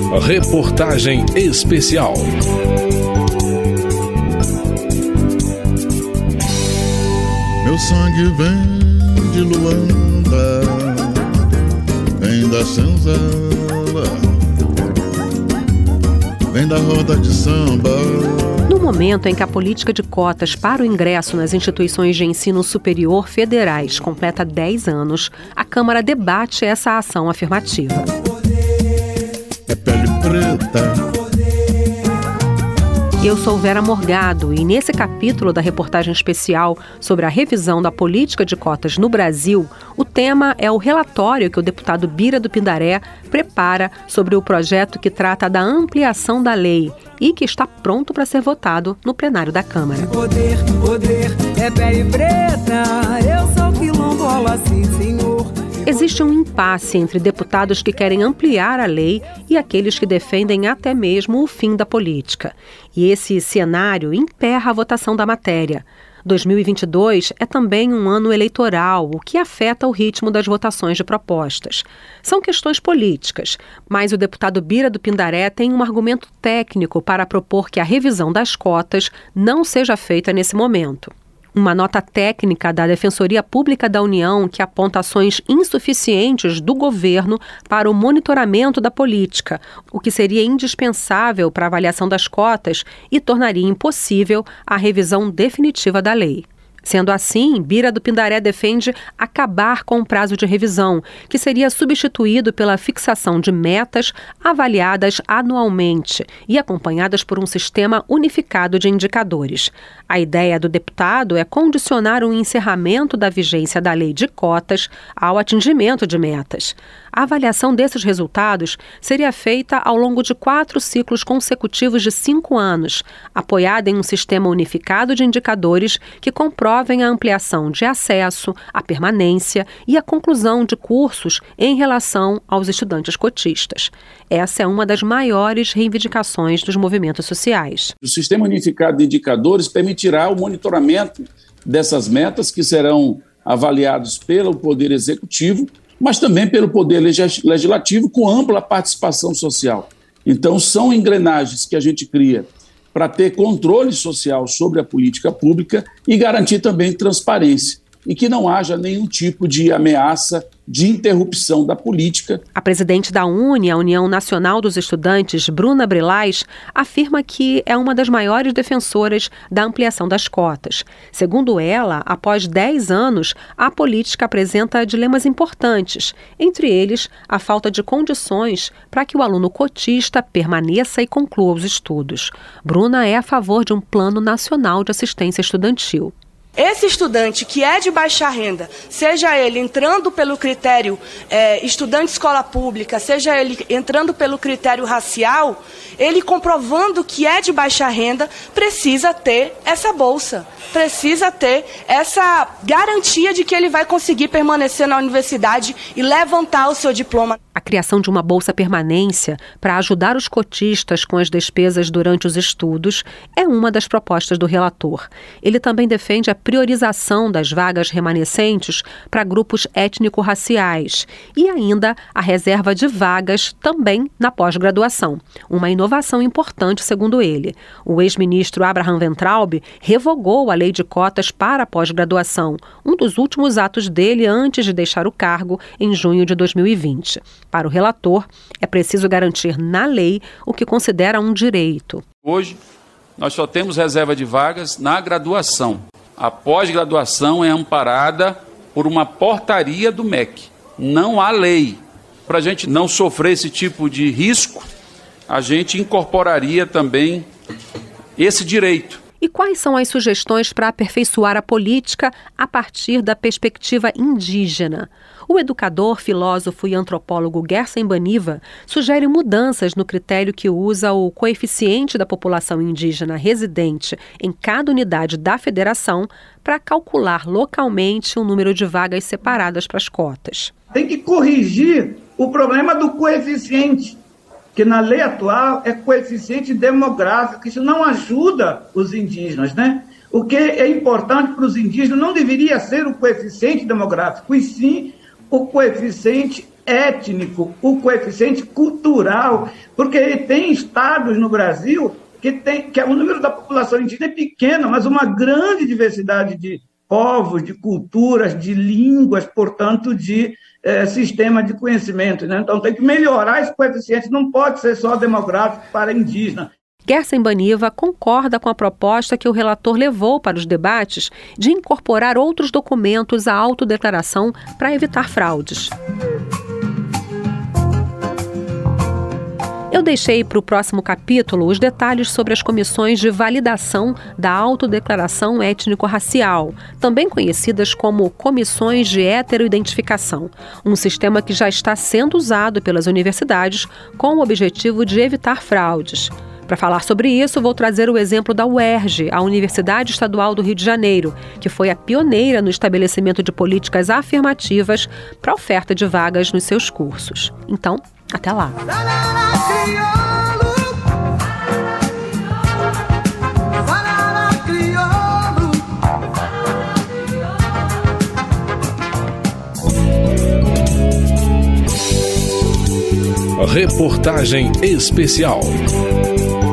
Reportagem especial. Meu sangue vem de Luanda, vem da senzala, vem da roda de samba. No momento em que a política de cotas para o ingresso nas instituições de ensino superior federais completa 10 anos, a Câmara debate essa ação afirmativa. É pele preta. Eu sou Vera Morgado e nesse capítulo da reportagem especial sobre a revisão da política de cotas no Brasil, o tema é o relatório que o deputado Bira do Pindaré prepara sobre o projeto que trata da ampliação da lei e que está pronto para ser votado no plenário da Câmara. Poder, é pele preta, eu sou quilombola, sim, senhor. Existe um impasse entre deputados que querem ampliar a lei e aqueles que defendem até mesmo o fim da política. E esse cenário emperra a votação da matéria. 2022 é também um ano eleitoral, o que afeta o ritmo das votações de propostas. São questões políticas, mas o deputado Bira do Pindaré tem um argumento técnico para propor que a revisão das cotas não seja feita nesse momento. Uma nota técnica da Defensoria Pública da União que aponta ações insuficientes do governo para o monitoramento da política, o que seria indispensável para a avaliação das cotas e tornaria impossível a revisão definitiva da lei. Sendo assim, Bira do Pindaré defende acabar com o prazo de revisão, que seria substituído pela fixação de metas avaliadas anualmente e acompanhadas por um sistema unificado de indicadores. A ideia do deputado é condicionar o encerramento da vigência da lei de cotas ao atingimento de metas. A avaliação desses resultados seria feita ao longo de 4 ciclos consecutivos de 5 anos, apoiada em um sistema unificado de indicadores que comprovem a ampliação de acesso, a permanência e a conclusão de cursos em relação aos estudantes cotistas. Essa é uma das maiores reivindicações dos movimentos sociais. O sistema unificado de indicadores permitirá o monitoramento dessas metas que serão avaliados pelo Poder Executivo, mas também pelo Poder Legislativo, com ampla participação social. Então, são engrenagens que a gente cria para ter controle social sobre a política pública e garantir também transparência e que não haja nenhum tipo de ameaça de interrupção da política. A presidente da UNE, a União Nacional dos Estudantes, Bruna Brilaz, afirma que é uma das maiores defensoras da ampliação das cotas. Segundo ela, após 10 anos, a política apresenta dilemas importantes, entre eles a falta de condições para que o aluno cotista permaneça e conclua os estudos. Bruna é a favor de um plano nacional de assistência estudantil. Esse estudante que é de baixa renda, seja ele entrando pelo critério estudante de escola pública, seja ele entrando pelo critério racial, ele comprovando que é de baixa renda, precisa ter essa bolsa, precisa ter essa garantia de que ele vai conseguir permanecer na universidade e levantar o seu diploma. A criação de uma bolsa permanência para ajudar os cotistas com as despesas durante os estudos é uma das propostas do relator. Ele também defende a priorização das vagas remanescentes para grupos étnico-raciais e ainda a reserva de vagas também na pós-graduação. Uma inovação importante, segundo ele. O ex-ministro Abraham Weintraub revogou a lei de cotas para a pós-graduação, um dos últimos atos dele antes de deixar o cargo em junho de 2020. Para o relator, é preciso garantir na lei o que considera um direito. Hoje, nós só temos reserva de vagas na graduação. A pós-graduação é amparada por uma portaria do MEC. Não há lei. Para a gente não sofrer esse tipo de risco, a gente incorporaria também esse direito. E quais são as sugestões para aperfeiçoar a política a partir da perspectiva indígena? O educador, filósofo e antropólogo Gerson Baniva sugere mudanças no critério que usa o coeficiente da população indígena residente em cada unidade da federação para calcular localmente o número de vagas separadas para as cotas. Tem que corrigir o problema do coeficiente, que na lei atual é coeficiente demográfico, isso não ajuda os indígenas, né? O que é importante para os indígenas não deveria ser o coeficiente demográfico, e sim o coeficiente étnico, o coeficiente cultural, porque tem estados no Brasil que o número da população indígena é pequeno, mas uma grande diversidade de povos, de culturas, de línguas, portanto, de sistema de conhecimento, né? Então tem que melhorar esse coeficiente, não pode ser só demográfico para indígena. Gerson Baniva concorda com a proposta que o relator levou para os debates de incorporar outros documentos à autodeclaração para evitar fraudes. Eu deixei para o próximo capítulo os detalhes sobre as comissões de validação da autodeclaração étnico-racial, também conhecidas como comissões de heteroidentificação, um sistema que já está sendo usado pelas universidades com o objetivo de evitar fraudes. Para falar sobre isso, vou trazer o exemplo da UERJ, a Universidade Estadual do Rio de Janeiro, que foi a pioneira no estabelecimento de políticas afirmativas para a oferta de vagas nos seus cursos. Então, até lá! Reportagem especial.